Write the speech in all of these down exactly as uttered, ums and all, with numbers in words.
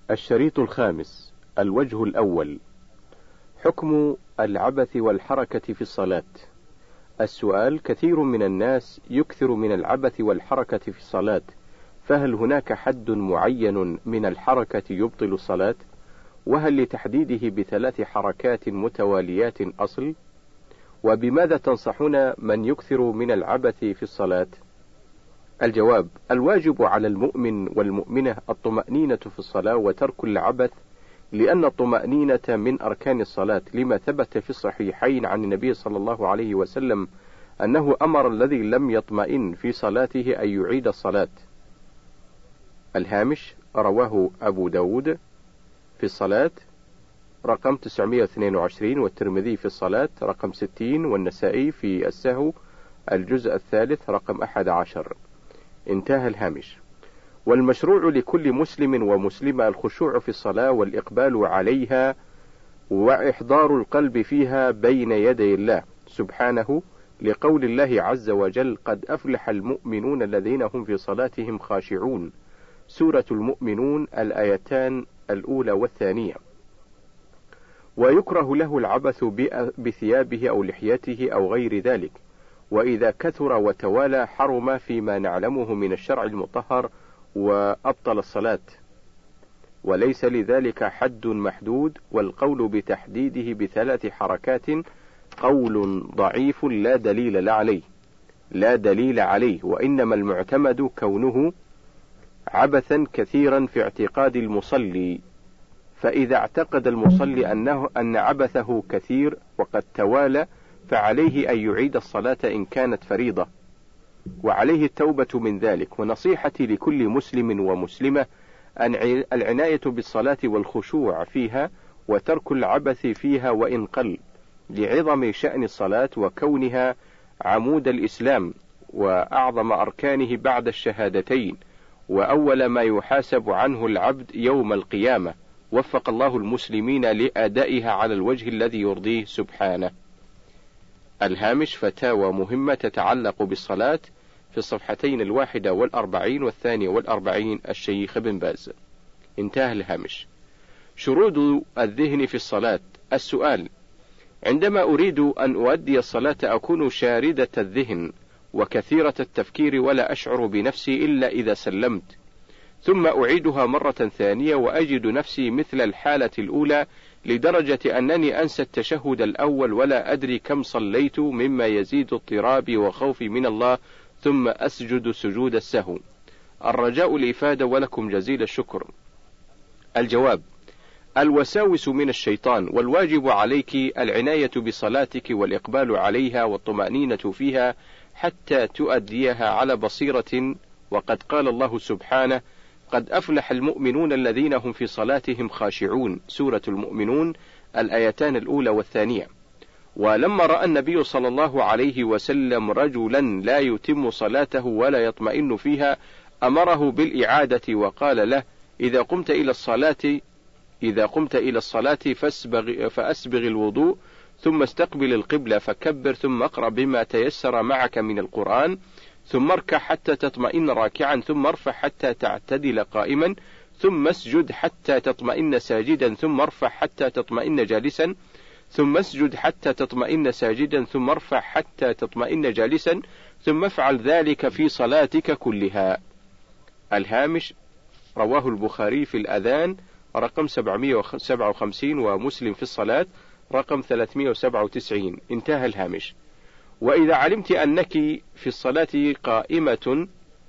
الشريط الخامس. الوجه الأول: حكم العبث والحركة في الصلاة. السؤال: كثير من الناس يكثر من العبث والحركة في الصلاة، فهل هناك حد معين من الحركة يبطل الصلاة؟ وهل لتحديده بثلاث حركات متواليات أصل؟ وبماذا تنصحون من يكثر من العبث في الصلاة؟ الجواب: الواجب على المؤمن والمؤمنة الطمأنينة في الصلاة وترك العبث، لأن الطمأنينة من أركان الصلاة، لما ثبت في الصحيحين عن النبي صلى الله عليه وسلم أنه أمر الذي لم يطمئن في صلاته أن يعيد الصلاة. الهامش: رواه أبو داود في الصلاة رقم تسعمائة واثنين وعشرين، والترمذي في الصلاة رقم ستين، والنسائي في السهو الجزء الثالث رقم أحد عشر. انتهى الهامش. والمشروع لكل مسلم ومسلمة الخشوع في الصلاة والإقبال عليها وإحضار القلب فيها بين يدي الله سبحانه، لقول الله عز وجل: قد أفلح المؤمنون الذين هم في صلاتهم خاشعون. سورة المؤمنون الآيتان الأولى والثانية. ويكره له العبث بثيابه أو لحيته أو غير ذلك، وإذا كثر وتوالى حرم فيما نعلمه من الشرع المطهر وأبطل الصلاة، وليس لذلك حد محدود، والقول بتحديده بثلاث حركات قول ضعيف لا دليل عليه لا دليل عليه وإنما المعتمد كونه عبثا كثيرا في اعتقاد المصلي، فإذا اعتقد المصلي أنه أن عبثه كثير وقد توالى فعليه أن يعيد الصلاة إن كانت فريضة، وعليه التوبة من ذلك. ونصيحتي لكل مسلم ومسلمة أن العناية بالصلاة والخشوع فيها وترك العبث فيها وإن قل، لعظم شأن الصلاة وكونها عمود الإسلام وأعظم أركانه بعد الشهادتين، وأول ما يحاسب عنه العبد يوم القيامة. وفق الله المسلمين لأدائها على الوجه الذي يرضيه سبحانه. الهامش: فتاوى مهمة تتعلق بالصلاة، في الصفحتين الواحدة والأربعين والثانية والأربعين، الشيخ بن باز. انتهى الهامش. شرود الذهن في الصلاة. السؤال: عندما أريد أن أؤدي الصلاة أكون شاردة الذهن وكثيرة التفكير ولا أشعر بنفسي إلا إذا سلمت، ثم أعيدها مرة ثانية وأجد نفسي مثل الحالة الأولى، لدرجة أنني أنسى التشهد الأول ولا أدري كم صليت، مما يزيد اضطرابي وخوفي من الله، ثم أسجد سجود السهو. الرجاء الإفادة ولكم جزيل الشكر. الجواب: الوساوس من الشيطان، والواجب عليك العناية بصلاتك والإقبال عليها والطمأنينة فيها حتى تؤديها على بصيرة، وقد قال الله سبحانه: قد أفلح المؤمنون الذين هم في صلاتهم خاشعون. سورة المؤمنون الآيتان الأولى والثانية. ولما رأى النبي صلى الله عليه وسلم رجلا لا يتم صلاته ولا يطمئن فيها أمره بالإعادة وقال له: إذا قمت إلى الصلاة إذا قمت إلى الصلاة فاسبغ فأسبغ الوضوء، ثم استقبل القبلة فكبر، ثم اقرأ بما تيسر معك من القرآن، ثم اركع حتى تطمئن راكعا، ثم ارفع حتى تعتدل قائما، ثم اسجد حتى تطمئن ساجدا، ثم ارفع حتى تطمئن جالسا، ثم اسجد حتى تطمئن ساجدا، ثم ارفع حتى تطمئن جالسا، ثم افعل ذلك في صلاتك كلها. الهامش: رواه البخاري في الأذان رقم سبعمائة وسبعة وخمسين، ومسلم في الصلاة رقم ثلاثمائة وسبعة وتسعين. انتهى الهامش. وإذا علمت أنك في الصلاة قائمة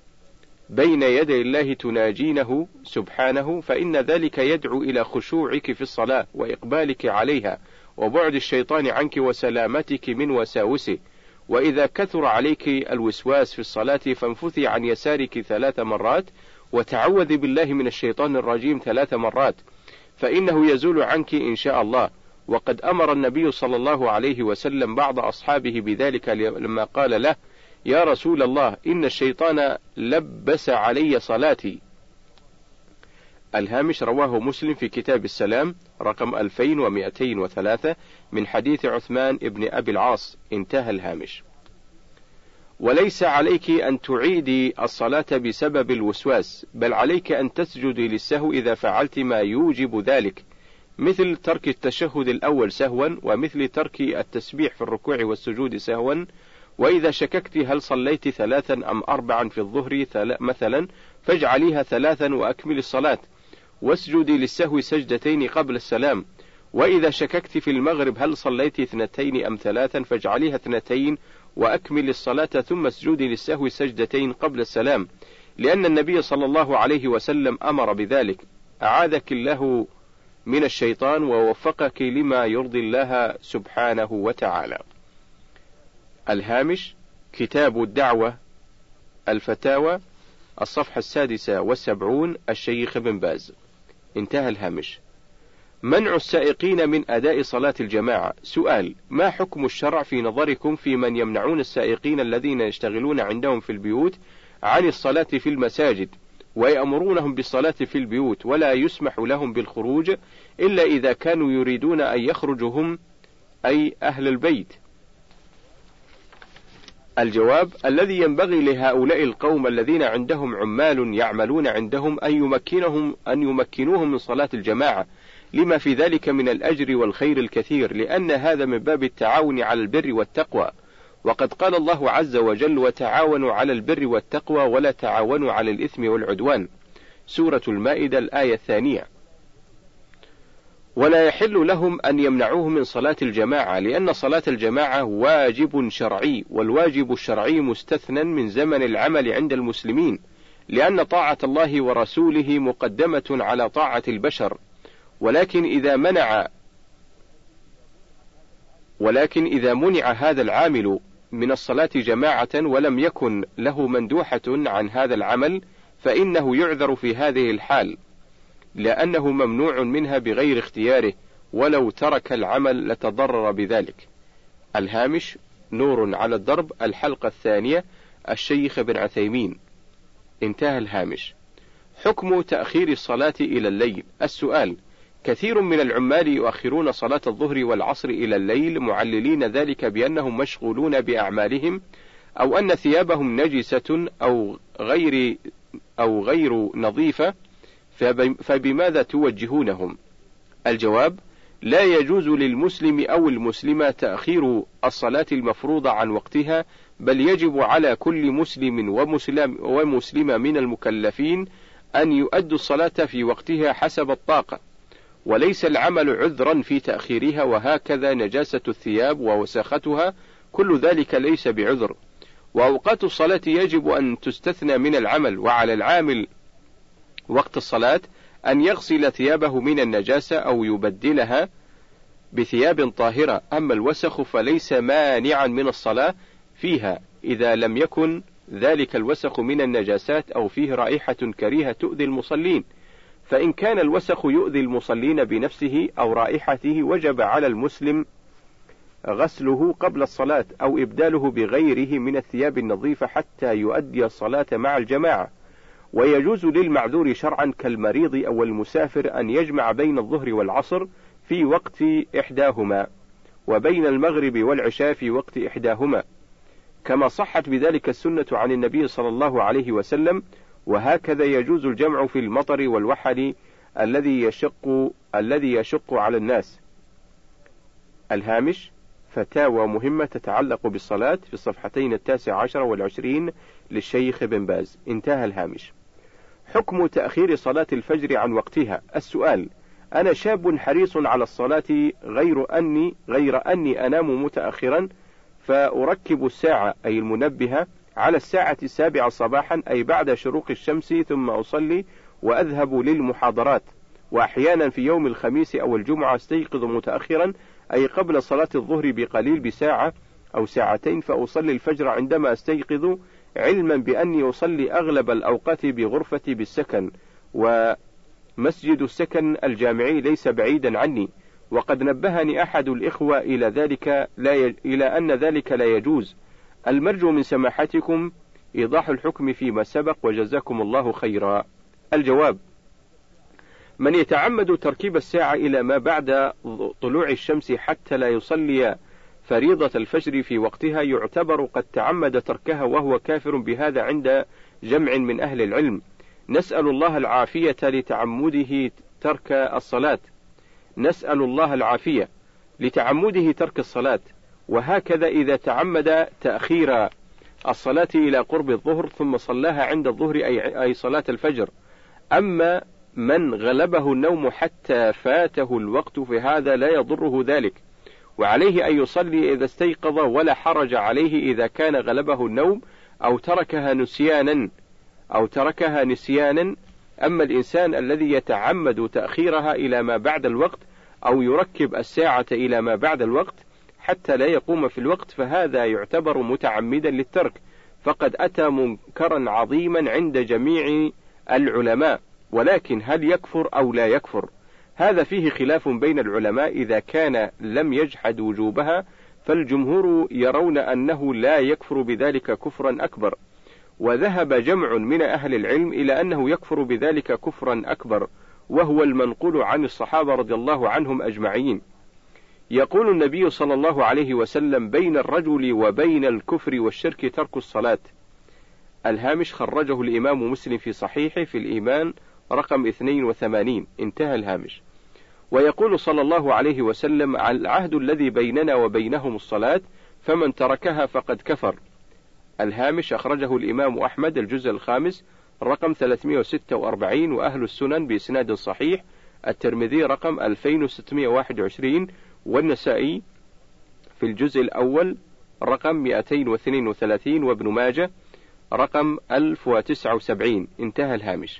بين يدي الله تناجينه سبحانه، فإن ذلك يدعو إلى خشوعك في الصلاة وإقبالك عليها وبعد الشيطان عنك وسلامتك من وساوسه. وإذا كثر عليك الوسواس في الصلاة فانفثي عن يسارك ثلاث مرات وتعوذ بالله من الشيطان الرجيم ثلاث مرات، فإنه يزول عنك إن شاء الله. وقد أمر النبي صلى الله عليه وسلم بعض أصحابه بذلك لما قال له: يا رسول الله، إن الشيطان لبس علي صلاتي. الهامش: رواه مسلم في كتاب السلام رقم ألفين ومئتين وثلاثة من حديث عثمان ابن أبي العاص. انتهى الهامش. وليس عليك أن تعيدي الصلاة بسبب الوسواس، بل عليك أن تسجدي للسهو إذا فعلت ما يوجب ذلك، مثل ترك التشهد الأول سهوا، ومثل ترك التسبيح في الركوع والسجود سهوا. وإذا شككت هل صليت ثلاثا أم أربعا في الظهر مثلا فاجعليها ثلاثا وأكمل الصلاة، واسجدي للسهو سجدتين قبل السلام. وإذا شككت في المغرب هل صليت اثنتين أم ثلاثا فاجعليها اثنتين وأكمل الصلاة، ثم اسجدي للسهو سجدتين قبل السلام، لأن النبي صلى الله عليه وسلم أمر بذلك. أعاذك الله من الشيطان ووفقك لما يرضي الله سبحانه وتعالى. الهامش: كتاب الدعوة الفتاوى، الصفحة السادسة والسبعون، الشيخ بن باز. انتهى الهامش. منع السائقين من أداء صلاة الجماعة. سؤال: ما حكم الشرع في نظركم في من يمنعون السائقين الذين يشتغلون عندهم في البيوت عن الصلاة في المساجد، ويأمرونهم بالصلاة في البيوت، ولا يسمح لهم بالخروج إلا إذا كانوا يريدون أن يخرجوا هم، أي أهل البيت؟ الجواب: الذي ينبغي لهؤلاء القوم الذين عندهم عمال يعملون عندهم أن يمكنهم أن يمكنوهم من صلاة الجماعة، لما في ذلك من الأجر والخير الكثير، لأن هذا من باب التعاون على البر والتقوى، وقد قال الله عز وجل: وتعاونوا على البر والتقوى ولا تعاونوا على الإثم والعدوان، سورة المائدة الآية الثانية. ولا يحل لهم أن يمنعوه من صلاة الجماعة، لأن صلاة الجماعة واجب شرعي، والواجب الشرعي مستثنى من زمن العمل عند المسلمين، لأن طاعة الله ورسوله مقدمة على طاعة البشر. ولكن إذا منع ولكن إذا منع هذا العامل من الصلاة جماعة ولم يكن له مندوحة عن هذا العمل فإنه يعذر في هذه الحال، لأنه ممنوع منها بغير اختياره، ولو ترك العمل لتضرر بذلك. الهامش: نور على الدرب، الحلقة الثانية، الشيخ بن عثيمين. انتهى الهامش. حكم تأخير الصلاة إلى الليل. السؤال: كثير من العمال يؤخرون صلاة الظهر والعصر إلى الليل، معللين ذلك بأنهم مشغولون بأعمالهم، أو أن ثيابهم نجسة أو غير أو غير نظيفة، فبماذا توجهونهم؟ الجواب: لا يجوز للمسلم أو المسلمة تأخير الصلاة المفروضة عن وقتها، بل يجب على كل مسلم ومسلم ومسلمة من المكلفين أن يؤدوا الصلاة في وقتها حسب الطاقة، وليس العمل عذرا في تأخيرها، وهكذا نجاسة الثياب ووساختها، كل ذلك ليس بعذر. وأوقات الصلاة يجب أن تستثنى من العمل، وعلى العامل وقت الصلاة أن يغسل ثيابه من النجاسة أو يبدلها بثياب طاهرة، أما الوسخ فليس مانعا من الصلاة فيها إذا لم يكن ذلك الوسخ من النجاسات أو فيه رائحة كريهة تؤذي المصلين، فإن كان الوسخ يؤذي المصلين بنفسه أو رائحته وجب على المسلم غسله قبل الصلاة أو إبداله بغيره من الثياب النظيفة حتى يؤدي الصلاة مع الجماعة. ويجوز للمعذور شرعا كالمريض أو المسافر أن يجمع بين الظهر والعصر في وقت إحداهما، وبين المغرب والعشاء في وقت إحداهما، كما صحت بذلك السنة عن النبي صلى الله عليه وسلم. وهكذا يجوز الجمع في المطر والوحل الذي يشق الذي يشق على الناس. الهامش: فتاوى مهمة تتعلق بالصلاة، في الصفحتين التاسع عشر والعشرين، للشيخ بن باز. انتهى الهامش. حكم تأخير صلاة الفجر عن وقتها. السؤال: أنا شاب حريص على الصلاة غير أني غير أني أنام متأخرا، فأركب الساعة أي المنبهة على الساعة السابعة صباحا أي بعد شروق الشمس، ثم أصلي وأذهب للمحاضرات، وأحيانا في يوم الخميس أو الجمعة استيقظ متأخرا أي قبل صلاة الظهر بقليل بساعة أو ساعتين، فأصلي الفجر عندما استيقظ، علما بأني أصلي أغلب الأوقات بغرفتي بالسكن، ومسجد السكن الجامعي ليس بعيدا عني، وقد نبهني أحد الإخوة إلى ذلك لا ي... إلى أن ذلك لا يجوز. المرجو من سماحتكم إيضاح الحكم فيما سبق، وجزاكم الله خيرا. الجواب: من يتعمد تركيب الساعة إلى ما بعد طلوع الشمس حتى لا يصلي فريضة الفجر في وقتها يعتبر قد تعمد تركها وهو كافر بهذا عند جمع من أهل العلم. نسأل الله العافية لتعمده ترك الصلاة نسأل الله العافية لتعمده ترك الصلاة. وهكذا إذا تعمد تأخير الصلاة إلى قرب الظهر ثم صلاها عند الظهر أي صلاة الفجر. أما من غلبه النوم حتى فاته الوقت فهذا لا يضره ذلك، وعليه أن يصلي إذا استيقظ ولا حرج عليه إذا كان غلبه النوم أو تركها نسيانا أو تركها نسيانا. أما الإنسان الذي يتعمد تأخيرها إلى ما بعد الوقت أو يركب الساعة إلى ما بعد الوقت حتى لا يقوم في الوقت فهذا يعتبر متعمدا للترك، فقد أتى منكرا عظيما عند جميع العلماء. ولكن هل يكفر أو لا يكفر؟ هذا فيه خلاف بين العلماء. إذا كان لم يجحد وجوبها فالجمهور يرون أنه لا يكفر بذلك كفرا أكبر، وذهب جمع من أهل العلم إلى أنه يكفر بذلك كفرا أكبر، وهو المنقول عن الصحابة رضي الله عنهم أجمعين. يقول النبي صلى الله عليه وسلم: بين الرجل وبين الكفر والشرك ترك الصلاة. الهامش خرجه الإمام مسلم في صحيحه في الإيمان رقم اثنين وثمانين، انتهى الهامش. ويقول صلى الله عليه وسلم: العهد الذي بيننا وبينهم الصلاة فمن تركها فقد كفر. الهامش أخرجه الإمام أحمد الجزء الخامس رقم ثلاثمائة وستة وأربعين وأهل السنن بإسناد صحيح، الترمذي رقم ألفين وستمائة وواحد وعشرين والنسائي في الجزء الأول رقم مئتين واثنين وثلاثين وابن ماجه رقم ألف وتسعة وسبعين، انتهى الهامش.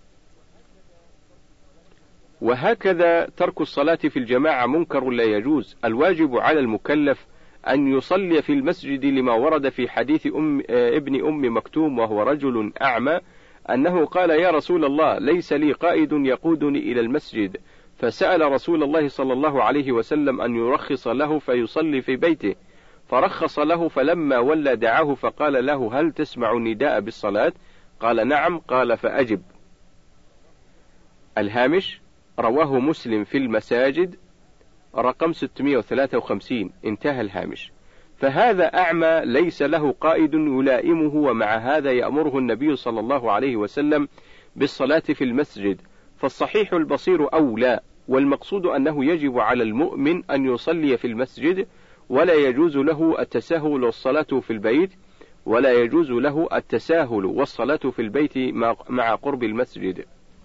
وهكذا ترك الصلاة في الجماعة منكر لا يجوز. الواجب على المكلف أن يصلي في المسجد لما ورد في حديث أم ابن أم مكتوم وهو رجل أعمى أنه قال: يا رسول الله، ليس لي قائد يقودني إلى المسجد، فسأل رسول الله صلى الله عليه وسلم أن يرخص له فيصلي في بيته، فرخص له، فلما ولى دعاه فقال له: هل تسمع النداء بالصلاة؟ قال: نعم. قال: فأجب. الهامش رواه مسلم في المساجد رقم ستمائة وثلاثة وخمسين، انتهى الهامش. فهذا أعمى ليس له قائد يلائمه، ومع هذا يأمره النبي صلى الله عليه وسلم بالصلاة في المسجد، فالصحيح البصير أولى. والمقصود أنه يجب على المؤمن أن يصلي في المسجد، ولا يجوز له التساهل والصلاة في البيت ولا يجوز له التساهل والصلاة في البيت مع قرب المسجد.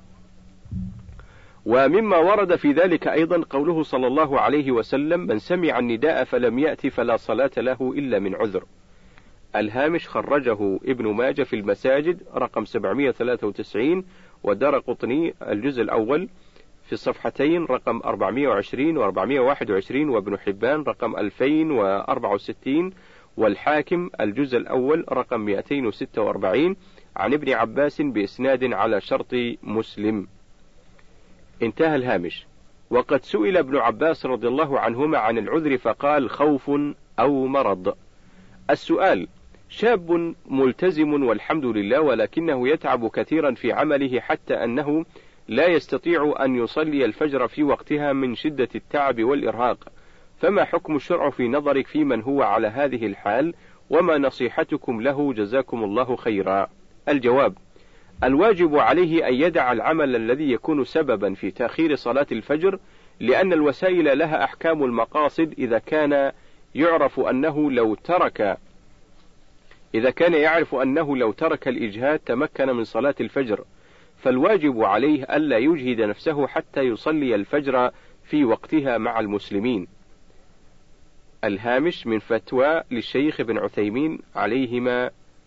ومما ورد في ذلك أيضا قوله صلى الله عليه وسلم: من سمع النداء فلم يأتي فلا صلاة له إلا من عذر. الهامش خرجه ابن ماجه في المساجد رقم سبعمائة وثلاثة وتسعين، ودارقطني الجزء الأول في الصفحتين رقم أربعمائة وعشرين وأربعمائة وواحد وعشرين، وابن حبان رقم ألفين وأربعة وستين، والحاكم الجزء الأول رقم مئتين وستة وأربعين عن ابن عباس بإسناد على شرط مسلم، انتهى الهامش. وقد سئل ابن عباس رضي الله عنهما عن العذر فقال: خوف أو مرض. السؤال: شاب ملتزم والحمد لله، ولكنه يتعب كثيرا في عمله حتى أنه لا يستطيع أن يصلي الفجر في وقتها من شدة التعب والإرهاق، فما حكم الشرع في نظرك في من هو على هذه الحال، وما نصيحتكم له جزاكم الله خيرا؟ الجواب: الواجب عليه أن يدع العمل الذي يكون سببا في تأخير صلاة الفجر، لأن الوسائل لها أحكام المقاصد. إذا كان يعرف أنه لو ترك إذا كان يعرف أنه لو ترك الإجهاد تمكن من صلاة الفجر، فالواجب عليه ألا يجهد نفسه حتى يصلي الفجر في وقتها مع المسلمين. الهامش من فتوى للشيخ ابن عثيمين عليهما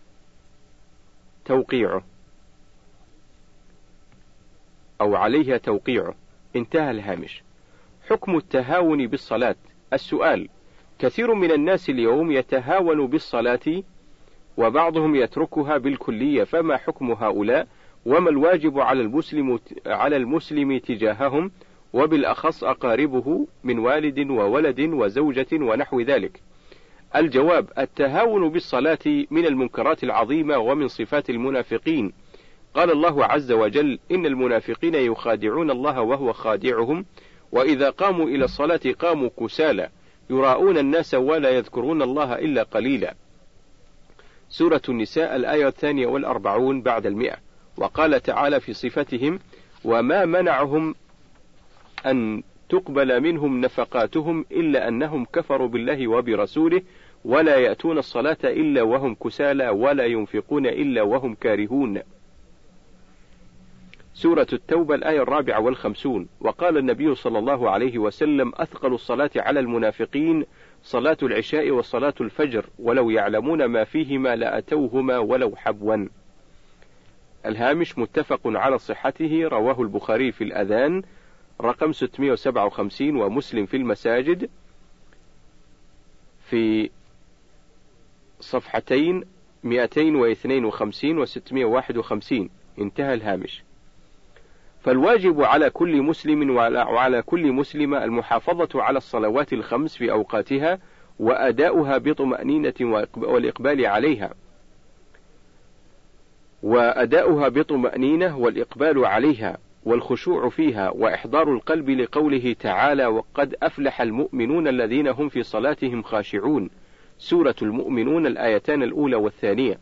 توقيعه أو عليها توقيعه، انتهى الهامش. حكم التهاون بالصلاة. السؤال: كثير من الناس اليوم يتهاون بالصلاة وبعضهم يتركها بالكلية، فما حكم هؤلاء؟ وما الواجب على المسلم على المسلم تجاههم، وبالأخص أقاربه من والد وولد وزوجة ونحو ذلك؟ الجواب: التهاون بالصلاة من المنكرات العظيمة ومن صفات المنافقين. قال الله عز وجل: إن المنافقين يخادعون الله وهو خادعهم، وإذا قاموا إلى الصلاة قاموا كسالى يراءون الناس ولا يذكرون الله إلا قليلا. سورة النساء الآية الثانية والأربعون بعد المئة. وقال تعالى في صفتهم: وما منعهم أن تقبل منهم نفقاتهم إلا أنهم كفروا بالله وبرسوله ولا يأتون الصلاة إلا وهم كسالى ولا ينفقون إلا وهم كارهون. سورة التوبة الآية الرابعة والخمسون. وقال النبي صلى الله عليه وسلم: أثقل الصلاة على المنافقين صلاة العشاء وصلاة الفجر ولو يعلمون ما فيهما لأتوهما ولو حبوا. الهامش متفق على صحته، رواه البخاري في الأذان رقم ستمائة وسبعة وخمسين ومسلم في المساجد في صفحتين مئتين واثنين وخمسين وستمائة وواحد وخمسين. انتهى الهامش. فالواجب على كل مسلم وعلى كل مسلمة المحافظة على الصلوات الخمس في أوقاتها وأداؤها بطمأنينة والإقبال عليها وأداؤها بطمأنينة والإقبال عليها والخشوع فيها وإحضار القلب لقوله تعالى: وقد أفلح المؤمنون الذين هم في صلاتهم خاشعون. سورة المؤمنون الآيتان الأولى والثانية.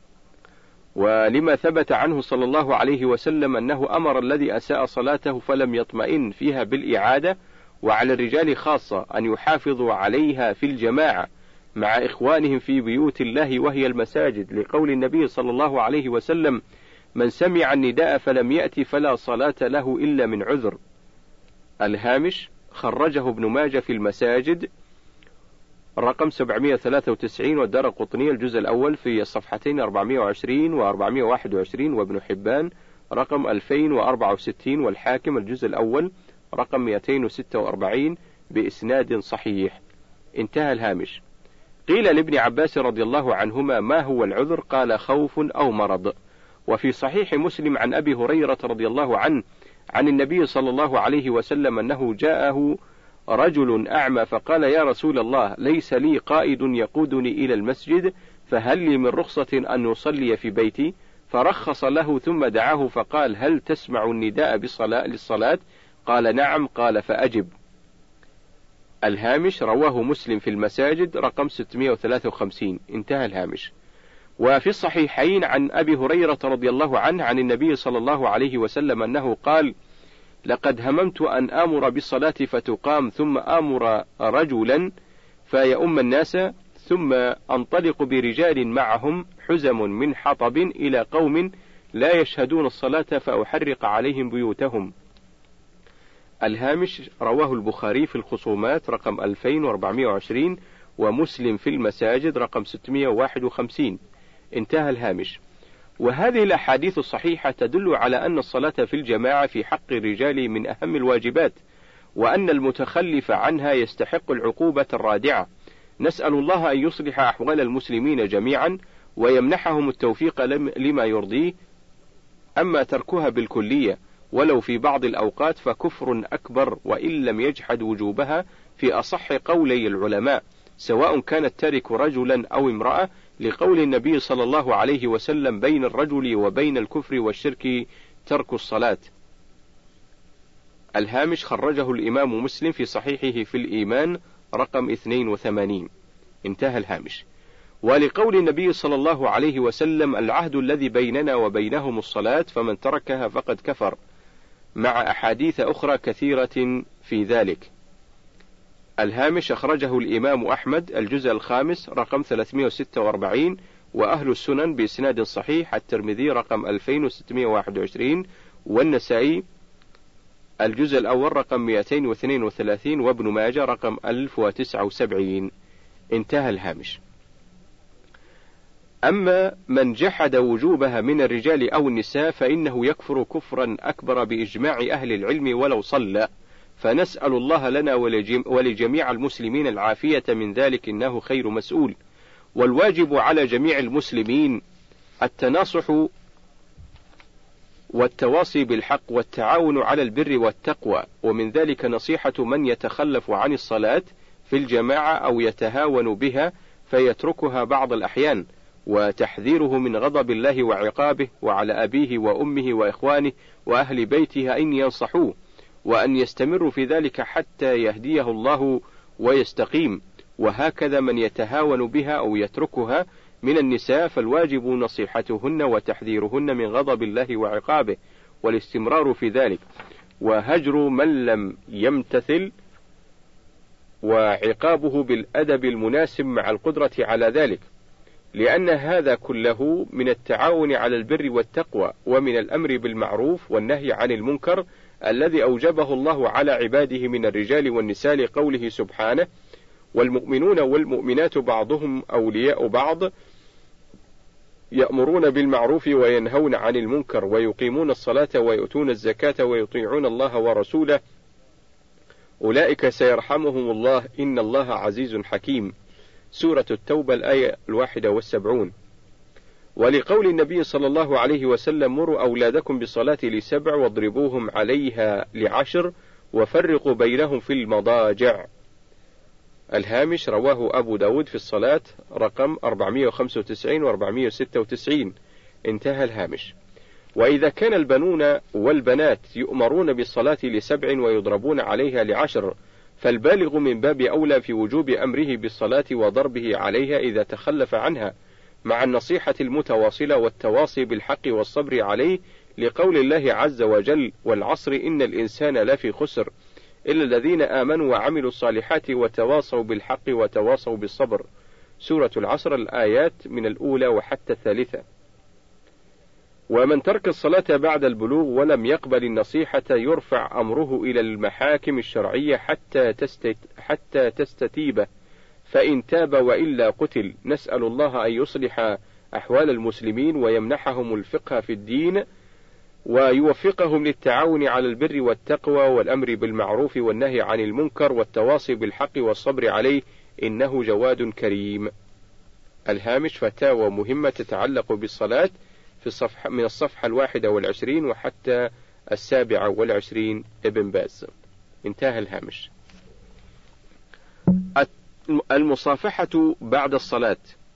ولما ثبت عنه صلى الله عليه وسلم أنه أمر الذي أساء صلاته فلم يطمئن فيها بالإعادة، وعلى الرجال خاصة أن يحافظوا عليها في الجماعة مع إخوانهم في بيوت الله وهي المساجد، لقول النبي صلى الله عليه وسلم: من سمع النداء فلم يأتي فلا صلاة له إلا من عذر. الهامش خرجه ابن ماجه في المساجد رقم سبعمائة وثلاثة وتسعين والدارقطني الجزء الأول في الصفحتين أربعمائة وعشرين وأربعمائة وواحد وعشرين وابن حبان رقم ألفين وأربعة وستين والحاكم الجزء الأول رقم مئتين وستة وأربعين بإسناد صحيح. انتهى الهامش. قيل لابن عباس رضي الله عنهما: ما هو العذر؟ قال: خوف أو مرض. وفي صحيح مسلم عن أبي هريرة رضي الله عنه عن النبي صلى الله عليه وسلم أنه جاءه رجل أعمى فقال: يا رسول الله، ليس لي قائد يقودني إلى المسجد، فهل لي من رخصة أن نصلي في بيتي؟ فرخص له ثم دعاه فقال: هل تسمع النداء بالصلاة للصلاة؟ قال: نعم. قال: فأجب. الهامش رواه مسلم في المساجد رقم ستمائة وثلاثة وخمسين. انتهى الهامش. وفي الصحيحين عن أبي هريرة رضي الله عنه عن النبي صلى الله عليه وسلم أنه قال: لقد هممت أن آمر بالصلاة فتقام ثم آمر رجلا فيؤم الناس ثم أنطلق برجال معهم حزم من حطب إلى قوم لا يشهدون الصلاة فأحرق عليهم بيوتهم. الهامش رواه البخاري في الخصومات رقم ألفين وأربعمائة وعشرين ومسلم في المساجد رقم ستمائة وواحد وخمسين. انتهى الهامش. وهذه الأحاديث الصحيحة تدل على أن الصلاة في الجماعة في حق الرجال من أهم الواجبات، وأن المتخلف عنها يستحق العقوبة الرادعة. نسأل الله أن يصلح أحوال المسلمين جميعا ويمنحهم التوفيق لما يرضيه. أما تركها بالكلية ولو في بعض الأوقات فكفر أكبر وإن لم يجحد وجوبها في أصح قولي العلماء، سواء كان التارك رجلا أو امرأة، لقول النبي صلى الله عليه وسلم: بين الرجل وبين الكفر والشرك ترك الصلاة. الهامش خرجه الإمام مسلم في صحيحه في الإيمان رقم اثنين وثمانين. انتهى الهامش. ولقول النبي صلى الله عليه وسلم: العهد الذي بيننا وبينهم الصلاة فمن تركها فقد كفر، مع أحاديث أخرى كثيرة في ذلك. الهامش أخرجه الإمام أحمد الجزء الخامس رقم ثلاثمائة وستة وأربعين وأهل السنن بإسناد صحيح، الترمذي رقم ألفين وستمائة وواحد وعشرين والنسائي الجزء الأول رقم مئتين واثنين وثلاثين وابن ماجه رقم ألف وتسعة وسبعين. انتهى الهامش. أما من جحد وجوبها من الرجال أو النساء فإنه يكفر كفرا أكبر بإجماع أهل العلم ولو صلى، فنسأل الله لنا ولجميع المسلمين العافية من ذلك، إنه خير مسؤول. والواجب على جميع المسلمين التناصح والتواصي بالحق والتعاون على البر والتقوى، ومن ذلك نصيحة من يتخلف عن الصلاة في الجماعة أو يتهاون بها فيتركها بعض الأحيان، وتحذيره من غضب الله وعقابه، وعلى أبيه وأمه وإخوانه وأهل بيته أن ينصحوه، وأن يستمر في ذلك حتى يهديه الله ويستقيم، وهكذا من يتهاون بها أو يتركها من النساء فالواجب نصيحتهن وتحذيرهن من غضب الله وعقابه والاستمرار في ذلك، وهجر من لم يمتثل، وعقابه بالأدب المناسب مع القدرة على ذلك، لأن هذا كله من التعاون على البر والتقوى، ومن الأمر بالمعروف والنهي عن المنكر الذي أوجبه الله على عباده من الرجال والنساء لقوله سبحانه: والمؤمنون والمؤمنات بعضهم أولياء بعض يأمرون بالمعروف وينهون عن المنكر ويقيمون الصلاة ويؤتون الزكاة ويطيعون الله ورسوله أولئك سيرحمهم الله إن الله عزيز حكيم. سورة التوبة الآية الواحدة والسبعون. ولقول النبي صلى الله عليه وسلم: مروا أولادكم بالصلاة لسبع واضربوهم عليها لعشر وفرقوا بينهم في المضاجع. الهامش: رواه أبو داود في الصلاة رقم أربعمائة وخمسة وتسعين و أربعمائة وستة وتسعين. انتهى الهامش. وإذا كان البنون والبنات يؤمرون بالصلاة لسبع ويضربون عليها لعشر، فالبالغ من باب أولى في وجوب أمره بالصلاة وضربه عليها إذا تخلف عنها، مع النصيحة المتواصلة والتواصي بالحق والصبر عليه، لقول الله عز وجل: والعصر إن الإنسان لفي خسر إلا الذين آمنوا وعملوا الصالحات وتواصوا بالحق وتواصوا بالصبر. سورة العصر الآيات من الأولى وحتى الثالثة. ومن ترك الصلاة بعد البلوغ ولم يقبل النصيحة يرفع أمره إلى المحاكم الشرعية حتى تستت حتى تستتيبه، فإن تاب وإلا قتل. نسأل الله أن يصلح أحوال المسلمين ويمنحهم الفقه في الدين ويوفقهم للتعاون على البر والتقوى والأمر بالمعروف والنهي عن المنكر والتواصي بالحق والصبر عليه، إنه جواد كريم. الهامش: فتاوى مهمة تتعلق بالصلاة في الصفحة من الصفحة الواحدة والعشرين وحتى السابعة والعشرين، ابن باز. انتهى الهامش. المصافحة بعد الصلاة.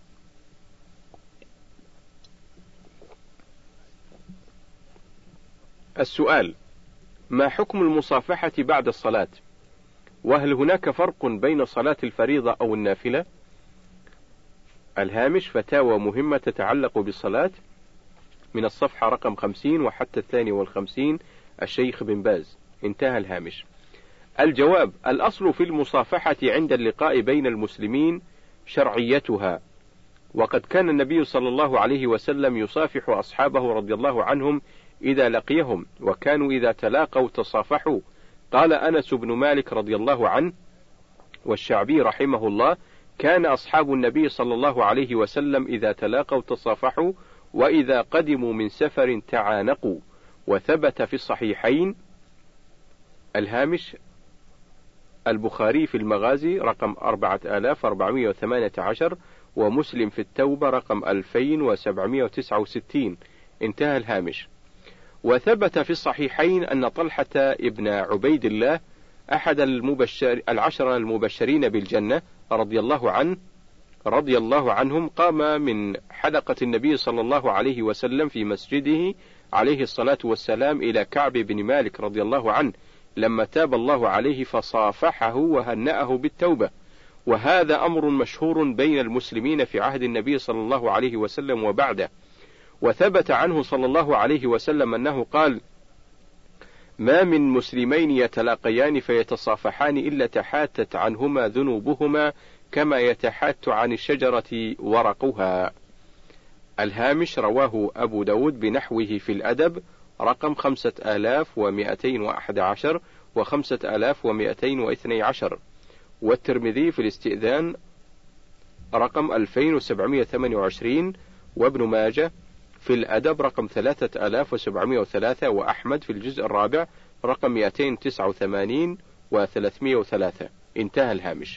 السؤال: ما حكم المصافحة بعد الصلاة؟ وهل هناك فرق بين صلاة الفريضة أو النافلة؟ الهامش: فتاوى مهمة تتعلق بالصلاة من الصفحة رقم خمسين وحتى الثاني والخمسين، الشيخ بن باز. انتهى الهامش. الجواب: الأصل في المصافحة عند اللقاء بين المسلمين شرعيتها، وقد كان النبي صلى الله عليه وسلم يصافح أصحابه رضي الله عنهم إذا لقيهم، وكانوا إذا تلاقوا تصافحوا. قال أنس بن مالك رضي الله عنه والشعبي رحمه الله: كان أصحاب النبي صلى الله عليه وسلم إذا تلاقوا تصافحوا، وإذا قدموا من سفر تعانقوا. وثبت في الصحيحين. الهامش: البخاري في المغازي رقم أربعة آلاف وأربعمائة وثمانية عشر، ومسلم في التوبة رقم ألفين وسبعمائة وتسعة وستين. انتهى الهامش. وثبت في الصحيحين أن طلحة ابن عبيد الله أحد المبشر العشر المبشرين بالجنة رضي الله عنه رضي الله عنهم قام من حلقة النبي صلى الله عليه وسلم في مسجده عليه الصلاة والسلام إلى كعب بن مالك رضي الله عنه لما تاب الله عليه فصافحه وهنأه بالتوبة، وهذا أمر مشهور بين المسلمين في عهد النبي صلى الله عليه وسلم وبعده. وثبت عنه صلى الله عليه وسلم أنه قال: ما من مسلمين يتلاقيان فيتصافحان إلا تحاتت عنهما ذنوبهما كما يتحات عن الشجرة ورقها. الهامش: رواه أبو داود بنحوه في الأدب رقم خمسة آلاف ومائتين وأحد عشر وخمسة آلاف ومائتين واثني عشر، والترمذي في الاستئذان رقم ألفين وسبعمائة وثمانية وعشرين، وابن ماجه في الأدب رقم ثلاثة آلاف وسبعمائة وثلاثة، وأحمد في الجزء الرابع رقم مائتين وتسعة وثمانين وثلاثمائة وثلاثة. انتهى الهامش.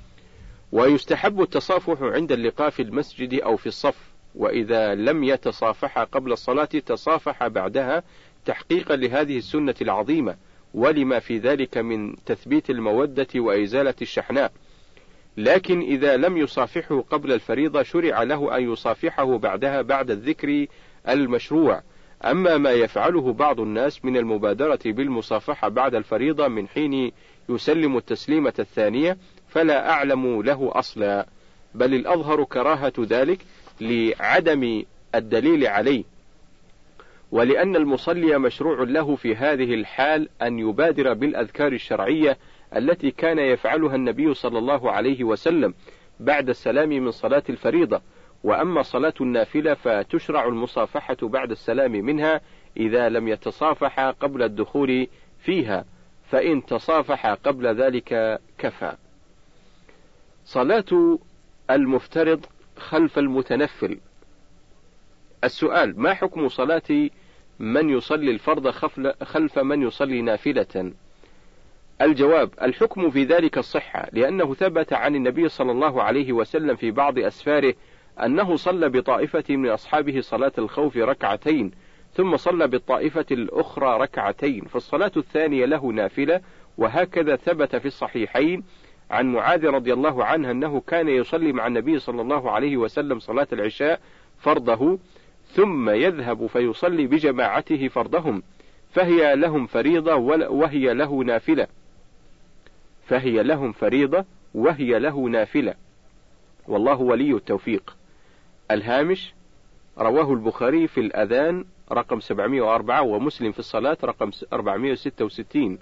ويستحب التصافح عند اللقاء في المسجد أو في الصف، وإذا لم يتصافح قبل الصلاة تصافح بعدها تحقيقا لهذه السنة العظيمة، ولما في ذلك من تثبيت المودة وإزالة الشحناء. لكن إذا لم يصافحه قبل الفريضة شرع له أن يصافحه بعدها بعد الذكر المشروع، أما ما يفعله بعض الناس من المبادرة بالمصافحة بعد الفريضة من حين يسلم التسليمة الثانية فلا أعلم له أصلا، بل الأظهر كراهة ذلك لعدم الدليل عليه، ولأن المصلي مشروع له في هذه الحال أن يبادر بالأذكار الشرعية التي كان يفعلها النبي صلى الله عليه وسلم بعد السلام من صلاة الفريضة. وأما صلاة النافلة فتشرع المصافحة بعد السلام منها إذا لم يتصافح قبل الدخول فيها، فإن تصافح قبل ذلك كفى. صلاة المفترض خلف المتنفل. السؤال: ما حكم صلاة من يصلي الفرض خلف من يصلي نافلة؟ الجواب: الحكم في ذلك الصحة، لأنه ثبت عن النبي صلى الله عليه وسلم في بعض أسفاره أنه صلى بطائفة من أصحابه صلاة الخوف ركعتين ثم صلى بالطائفة الأخرى ركعتين، فالصلاة الثانية له نافلة. وهكذا ثبت في الصحيحين عن معاذ رضي الله عنه أنه كان يصلي مع النبي صلى الله عليه وسلم صلاة العشاء فرضه ثم يذهب فيصلي بجماعته فرضهم، فهي لهم فريضة وهي له نافلة فهي لهم فريضة وهي له نافلة والله ولي التوفيق. الهامش: رواه البخاري في الأذان رقم سبعمائة وأربعة ومسلم في الصلاة رقم أربعمائة وستة وستين.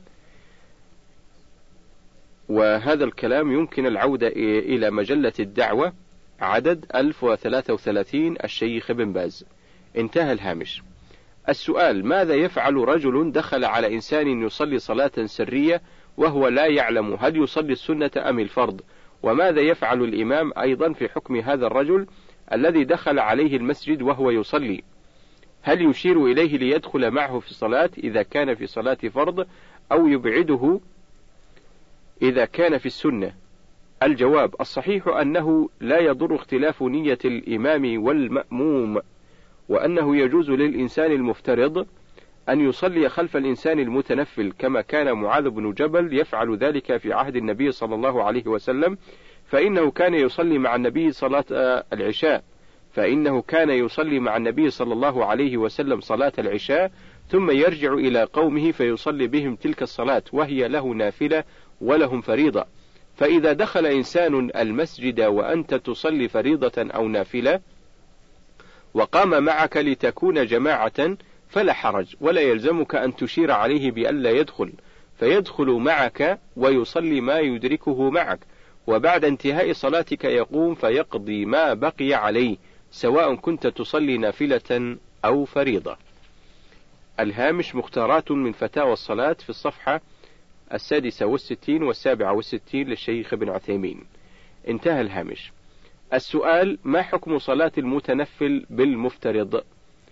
وهذا الكلام يمكن العودة إلى مجلة الدعوة عدد ألف وثلاثة وثلاثين الشيخ ابن باز. انتهى الهامش. السؤال: ماذا يفعل رجل دخل على إنسان يصلي صلاة سرية وهو لا يعلم هل يصلي السنة أم الفرض؟ وماذا يفعل الإمام أيضا في حكم هذا الرجل الذي دخل عليه المسجد وهو يصلي؟ هل يشير إليه ليدخل معه في الصلاة إذا كان في صلاة فرض، أو يبعده إذا كان في السنة؟ الجواب: الصحيح أنه لا يضر اختلاف نية الإمام والمأموم، وأنه يجوز للإنسان المفترض أن يصلي خلف الإنسان المتنفل، كما كان معاذ بن جبل يفعل ذلك في عهد النبي صلى الله عليه وسلم، فإنه كان يصلي مع النبي صلاة العشاء فإنه كان يصلي مع النبي صلى الله عليه وسلم صلاة العشاء ثم يرجع إلى قومه فيصلي بهم تلك الصلاة وهي له نافلة ولهم فريضة. فإذا دخل إنسان المسجد وأنت تصلي فريضة أو نافلة وقام معك لتكون جماعة فلا حرج، ولا يلزمك أن تشير عليه بألا يدخل، فيدخل معك ويصلي ما يدركه معك، وبعد انتهاء صلاتك يقوم فيقضي ما بقي عليه، سواء كنت تصلي نافلة أو فريضة. الهامش: مختارات من فتاوى الصلاة في الصفحة السادسة والستين والسابعة والستين للشيخ ابن عثيمين. انتهى الهامش. السؤال: ما حكم صلاة المتنفل بالمفترض؟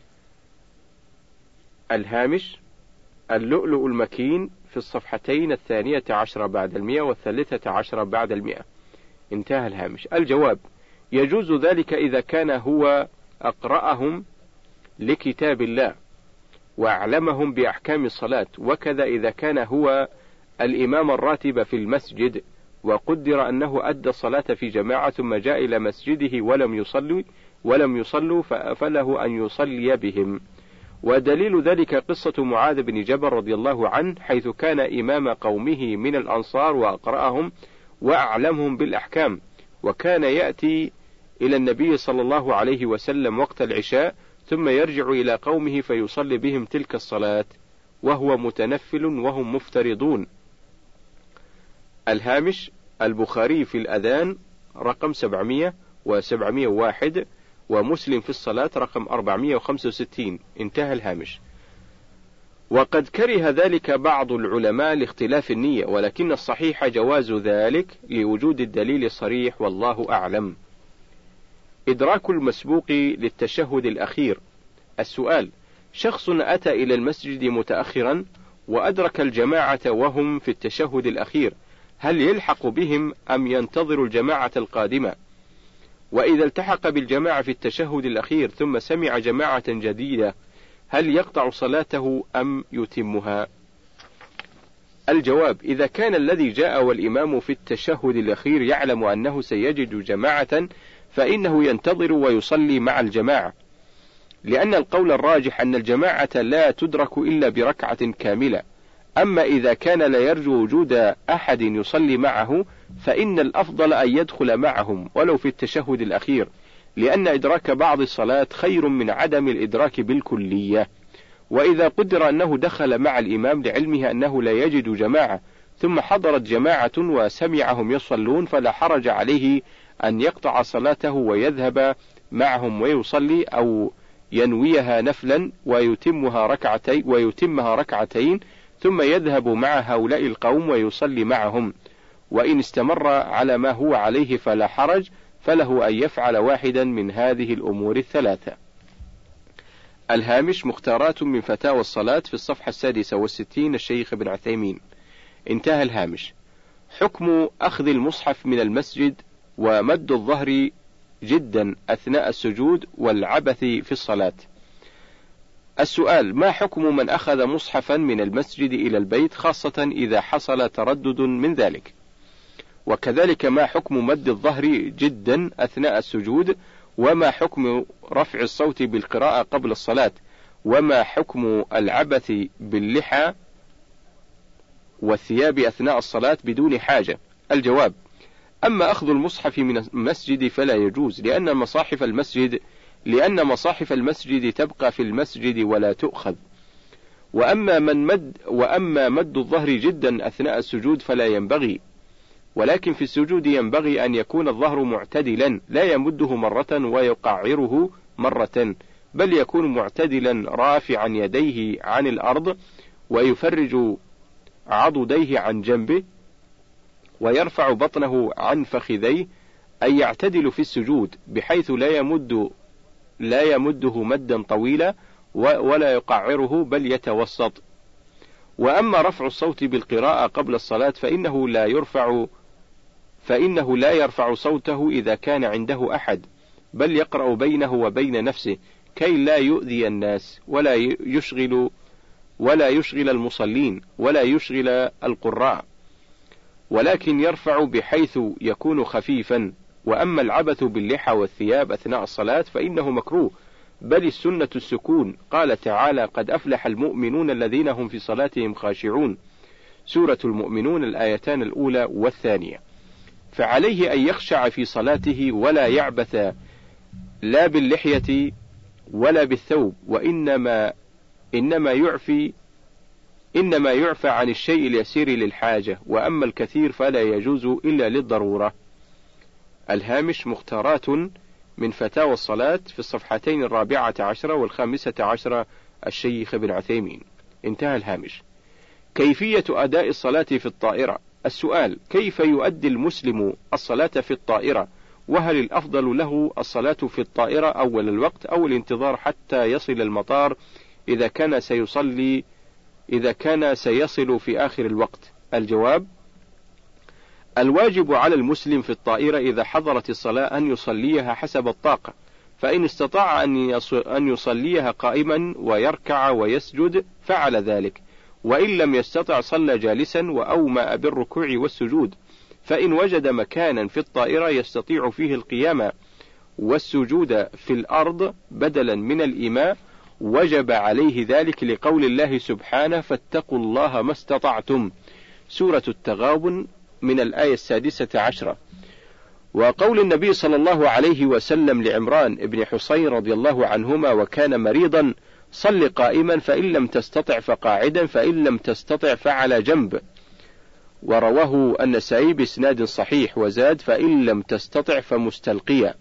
الهامش: اللؤلؤ المكين في الصفحتين الثانية عشرة بعد المئة والثالثة عشرة بعد المئة. انتهى الهامش. الجواب: يجوز ذلك إذا كان هو أقرأهم لكتاب الله وأعلمهم بأحكام الصلاة، وكذا إذا كان هو الإمام الراتب في المسجد وقدر أنه أدى الصلاة في جماعة ثم جاء إلى مسجده ولم يصلي ولم يصلوا فله أن يصلي بهم. ودليل ذلك قصة معاذ بن جبل رضي الله عنه، حيث كان إمام قومه من الأنصار وأقرأهم وأعلمهم بالأحكام، وكان يأتي إلى النبي صلى الله عليه وسلم وقت العشاء ثم يرجع إلى قومه فيصلي بهم تلك الصلاة وهو متنفل وهم مفترضون. الهامش: البخاري في الأذان رقم سبعمائة وسبعمائة وواحد ومسلم في الصلاة رقم أربعمائة وخمسة وستين. انتهى الهامش. وقد كره ذلك بعض العلماء لاختلاف النية، ولكن الصحيح جواز ذلك لوجود الدليل الصريح والله أعلم. إدراك المسبوق للتشهد الأخير. السؤال: شخص أتى إلى المسجد متأخرا وأدرك الجماعة وهم في التشهد الأخير، هل يلحق بهم أم ينتظر الجماعة القادمة؟ وإذا التحق بالجماعة في التشهد الأخير ثم سمع جماعة جديدة، هل يقطع صلاته أم يتمها؟ الجواب: إذا كان الذي جاء والإمام في التشهد الأخير يعلم أنه سيجد جماعة فإنه ينتظر ويصلي مع الجماعة، لأن القول الراجح أن الجماعة لا تدرك إلا بركعة كاملة. أما إذا كان لا يرجو وجود أحد يصلي معه فإن الأفضل أن يدخل معهم ولو في التشهد الأخير، لأن إدراك بعض الصلاة خير من عدم الإدراك بالكلية. وإذا قدر أنه دخل مع الإمام لعلمه أنه لا يجد جماعة ثم حضرت جماعة وسمعهم يصلون فلا حرج عليه أن يقطع صلاته ويذهب معهم ويصلي، أو ينويها نفلا ويتمها ركعتين ويتمها ركعتين ثم يذهب مع هؤلاء القوم ويصلي معهم. وإن استمر على ما هو عليه فلا حرج، فله أن يفعل واحدا من هذه الأمور الثلاثة. الهامش مختارات من فتاوى الصلاة في الصفحة السادسة والستين الشيخ ابن عثيمين. انتهى الهامش. حكم أخذ المصحف من المسجد ومد الظهر جدا أثناء السجود والعبث في الصلاة. السؤال: ما حكم من أخذ مصحفا من المسجد إلى البيت، خاصة إذا حصل تردد من ذلك؟ وكذلك ما حكم مد الظهر جدا أثناء السجود؟ وما حكم رفع الصوت بالقراءة قبل الصلاة؟ وما حكم العبث باللحى والثياب أثناء الصلاة بدون حاجة؟ الجواب: أما أخذ المصحف من المسجد فلا يجوز، لأن مصاحف المسجد لأن مصاحف المسجد تبقى في المسجد ولا تؤخذ. وأما من مد وأما مد الظهر جدا أثناء السجود فلا ينبغي، ولكن في السجود ينبغي أن يكون الظهر معتدلا، لا يمده مرة ويقعره مرة، بل يكون معتدلا رافعا يديه عن الأرض ويفرج عضديه عن جنبه ويرفع بطنه عن فخذيه، أي يعتدل في السجود بحيث لا يمد لا يمده مدا طويلا ولا يقعره بل يتوسط. وأما رفع الصوت بالقراءة قبل الصلاة فإنه لا يرفع فإنه لا يرفع صوته إذا كان عنده أحد، بل يقرأ بينه وبين نفسه كي لا يؤذي الناس ولا يشغل ولا يشغل المصلين ولا يشغل القراء، ولكن يرفع بحيث يكون خفيفا. وأما العبث باللحى والثياب أثناء الصلاة فإنه مكروه، بل السنة السكون. قال تعالى: قد أفلح المؤمنون الذين هم في صلاتهم خاشعون، سورة المؤمنون الآيتان الأولى والثانية. فعليه أن يخشع في صلاته ولا يعبث لا باللحية ولا بالثوب، وإنما إنما يعفي إنما يعفى عن الشيء اليسير للحاجة، وأما الكثير فلا يجوز إلا للضرورة. الهامش مختارات من فتاوى الصلاة في الصفحتين الرابعة عشرة والخامسة عشرة الشيخ ابن عثيمين. انتهى الهامش. كيفية أداء الصلاة في الطائرة. السؤال: كيف يؤدي المسلم الصلاة في الطائرة؟ وهل الأفضل له الصلاة في الطائرة أول الوقت أو الانتظار حتى يصل المطار إذا كان سيصلي إذا كان سيصل في آخر الوقت؟ الجواب: الواجب على المسلم في الطائرة إذا حضرت الصلاة أن يصليها حسب الطاقة، فإن استطاع أن يصليها قائما ويركع ويسجد فعل ذلك، وإن لم يستطع صلى جالسا وأومأ بالركوع والسجود. فإن وجد مكانا في الطائرة يستطيع فيه القيام والسجود في الأرض بدلا من الإيماء وجب عليه ذلك، لقول الله سبحانه: فاتقوا الله ما استطعتم، سورة التغابن من الآية السادسة عشرة. وقول النبي صلى الله عليه وسلم لعمران بن حصين رضي الله عنهما وكان مريضا: صل قائما فإن لم تستطع فقاعدا فإن لم تستطع فعلى جنب. ورواه النسائي بإسناد صحيح وزاد: فإن لم تستطع فمستلقيا.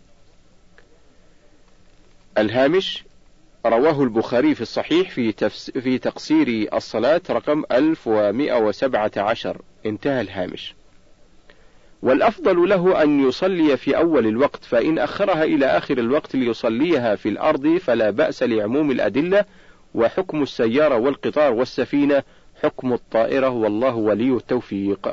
الهامش رواه البخاري في الصحيح في, تفس في تقصير الصلاة رقم ألف ومئة وسبعة عشر. انتهى الهامش. والأفضل له أن يصلي في أول الوقت، فإن أخرها إلى آخر الوقت ليصليها في الأرض فلا بأس لعموم الأدلة. وحكم السيارة والقطار والسفينة حكم الطائرة، والله ولي التوفيق.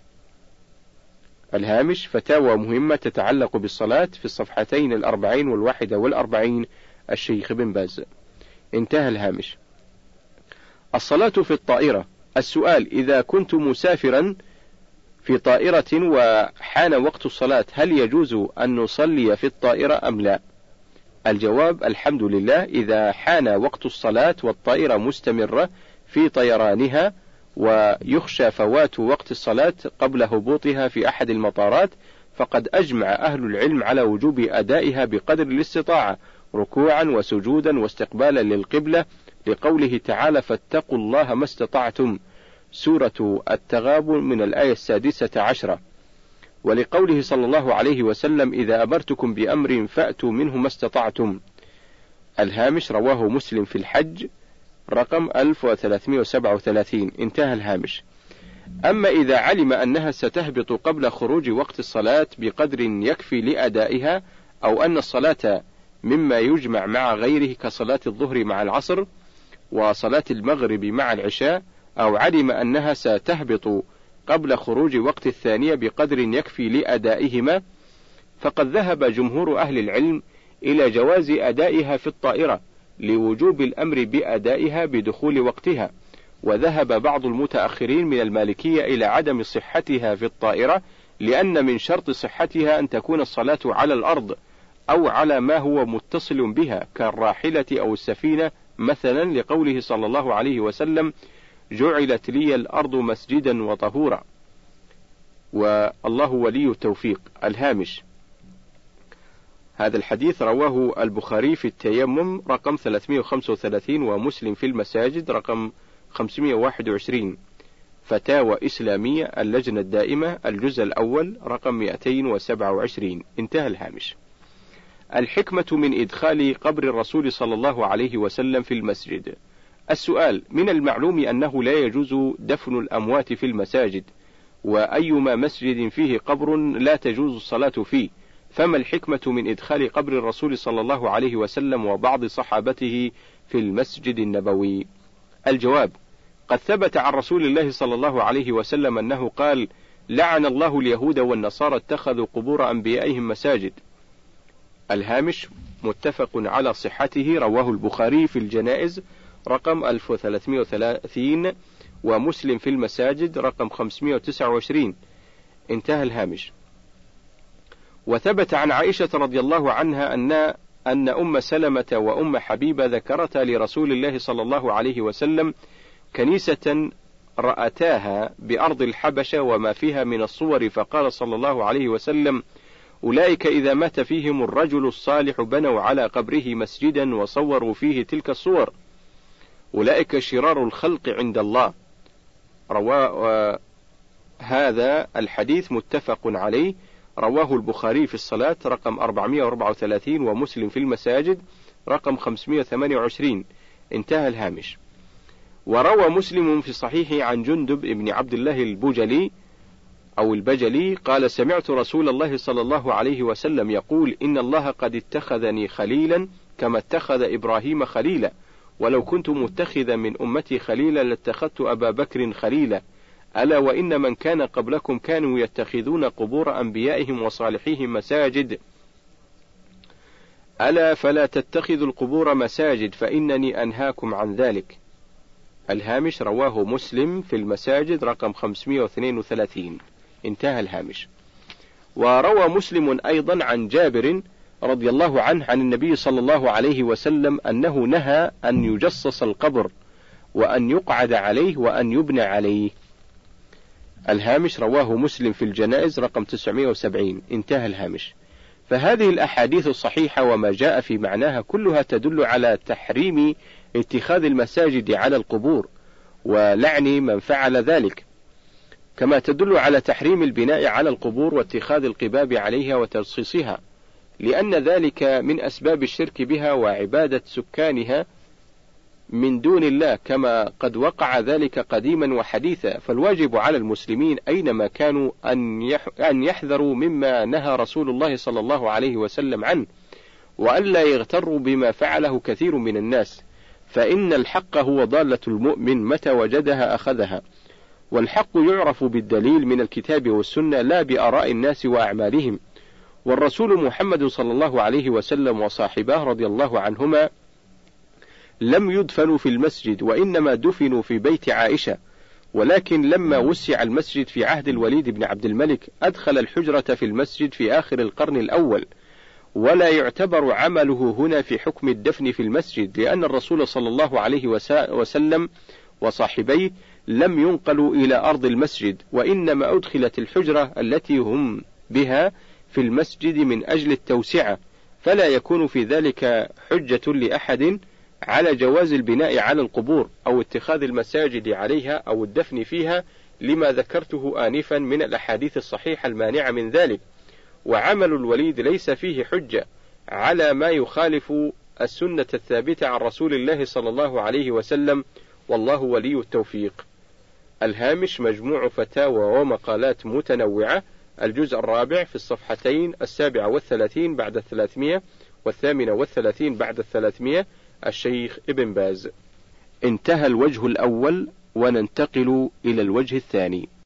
الهامش فتاوى مهمة تتعلق بالصلاة في الصفحتين الأربعين والواحدة والأربعين الشيخ بن باز. انتهى الهامش. الصلاة في الطائرة. السؤال: إذا كنت مسافرا في طائرة وحان وقت الصلاة هل يجوز أن نصلي في الطائرة أم لا؟ الجواب: الحمد لله، إذا حان وقت الصلاة والطائرة مستمرة في طيرانها ويخشى فوات وقت الصلاة قبل هبوطها في أحد المطارات، فقد أجمع أهل العلم على وجوب أدائها بقدر الاستطاعة، ركوعا وسجودا واستقبالا للقبلة، لقوله تعالى: فاتقوا الله ما استطعتم، سورة التغابن من الآية السادسة عشرة، ولقوله صلى الله عليه وسلم: إذا أمرتكم بأمر فأتوا منه ما استطعتم. الهامش: رواه مسلم في الحج رقم ألف وثلاثمائة وسبعة وثلاثين. انتهى الهامش. أما إذا علم أنها ستهبط قبل خروج وقت الصلاة بقدر يكفي لأدائها، أو أن الصلاة مما يجمع مع غيره كصلاة الظهر مع العصر وصلاة المغرب مع العشاء، أو علم أنها ستهبط قبل خروج وقت الثانية بقدر يكفي لأدائهما، فقد ذهب جمهور أهل العلم إلى جواز أدائها في الطائرة لوجوب الأمر بأدائها بدخول وقتها، وذهب بعض المتأخرين من المالكية إلى عدم صحتها في الطائرة، لأن من شرط صحتها أن تكون الصلاة على الأرض أو على ما هو متصل بها كالراحلة أو السفينة مثلا، لقوله صلى الله عليه وسلم: جعلت لي الأرض مسجدا وطهورا، والله ولي التوفيق. الهامش: هذا الحديث رواه البخاري في التيمم رقم ثلاثمائة وخمسة وثلاثين، ومسلم في المساجد رقم خمسمائة وواحد وعشرين، فتاوى إسلامية اللجنة الدائمة الجزء الأول رقم مئتين وسبعة وعشرين. انتهى الهامش. الحكمة من إدخال قبر الرسول صلى الله عليه وسلم في المسجد. السؤال: من المعلوم أنه لا يجوز دفن الأموات في المساجد، وأيما مسجد فيه قبر لا تجوز الصلاة فيه، فما الحكمة من إدخال قبر الرسول صلى الله عليه وسلم وبعض صحابته في المسجد النبوي؟ الجواب: قد ثبت عن رسول الله صلى الله عليه وسلم أنه قال: لعن الله اليهود والنصارى اتخذوا قبور أنبيائهم مساجد. الهامش: متفق على صحته، رواه البخاري في الجنائز رقم ألف وثلاثمائة وثلاثين، ومسلم في المساجد رقم خمسمائة وتسعة وعشرين. انتهى الهامش. وثبت عن عائشة رضي الله عنها أن أن أم سلمة وأم حبيبة ذكرتا لرسول الله صلى الله عليه وسلم كنيسة رأتاها بأرض الحبشة وما فيها من الصور، فقال صلى الله عليه وسلم: أولئك إذا مات فيهم الرجل الصالح بنوا على قبره مسجدا وصوروا فيه تلك الصور، أولئك شرار الخلق عند الله. رواه هذا الحديث متفق عليه، رواه البخاري في الصلاة رقم أربعمائة وأربعة وثلاثين، ومسلم في المساجد رقم خمسمائة وثمانية وعشرين. انتهى الهامش. وروى مسلم في صحيحه عن جندب بن عبد الله البجلي أو البجلي قال: سمعت رسول الله صلى الله عليه وسلم يقول: إن الله قد اتخذني خليلا كما اتخذ إبراهيم خليلا، ولو كنت متخذا من أمتي خليلا لاتخذت أبا بكر خليلا، ألا وإن من كان قبلكم كانوا يتخذون قبور أنبيائهم وصالحيهم مساجد، ألا فلا تتخذوا القبور مساجد فإنني أنهاكم عن ذلك. الهامش: رواه مسلم في المساجد رقم خمسمائة واثنين وثلاثين. انتهى الهامش. وروى مسلم أيضا عن جابر رضي الله عنه عن النبي صلى الله عليه وسلم أنه نهى أن يجصص القبر وأن يقعد عليه وأن يبنى عليه. الهامش: رواه مسلم في الجنائز رقم تسعمائة وسبعين. انتهى الهامش. فهذه الأحاديث الصحيحة وما جاء في معناها كلها تدل على تحريم اتخاذ المساجد على القبور ولعن من فعل ذلك، كما تدل على تحريم البناء على القبور واتخاذ القباب عليها وترصيصها، لأن ذلك من أسباب الشرك بها وعبادة سكانها من دون الله، كما قد وقع ذلك قديما وحديثا. فالواجب على المسلمين أينما كانوا أن يحذروا مما نهى رسول الله صلى الله عليه وسلم عنه، وألا يغتروا بما فعله كثير من الناس، فإن الحق هو ضالة المؤمن، متى وجدها أخذها، والحق يعرف بالدليل من الكتاب والسنة لا بآراء الناس وأعمالهم. والرسول محمد صلى الله عليه وسلم وصاحباه رضي الله عنهما لم يدفنوا في المسجد، وإنما دفنوا في بيت عائشة، ولكن لما وسع المسجد في عهد الوليد بن عبد الملك أدخل الحجرة في المسجد في آخر القرن الأول، ولا يعتبر عمله هنا في حكم الدفن في المسجد، لأن الرسول صلى الله عليه وسلم وصاحبيه لم ينقلوا إلى أرض المسجد، وإنما أدخلت الحجرة التي هم بها في المسجد من أجل التوسعة، فلا يكون في ذلك حجة لأحد على جواز البناء على القبور أو اتخاذ المساجد عليها أو الدفن فيها، لما ذكرته آنفا من الأحاديث الصحيحة المانعة من ذلك. وعمل الوليد ليس فيه حجة على ما يخالف السنة الثابتة عن رسول الله صلى الله عليه وسلم، والله ولي التوفيق. الهامش مجموع فتاوى ومقالات متنوعة، الجزء الرابع في الصفحتين السابعة والثلاثين بعد الثلاثمية والثامنة والثلاثين بعد الثلاثمية، الشيخ ابن باز. انتهى الوجه الأول، وننتقل إلى الوجه الثاني.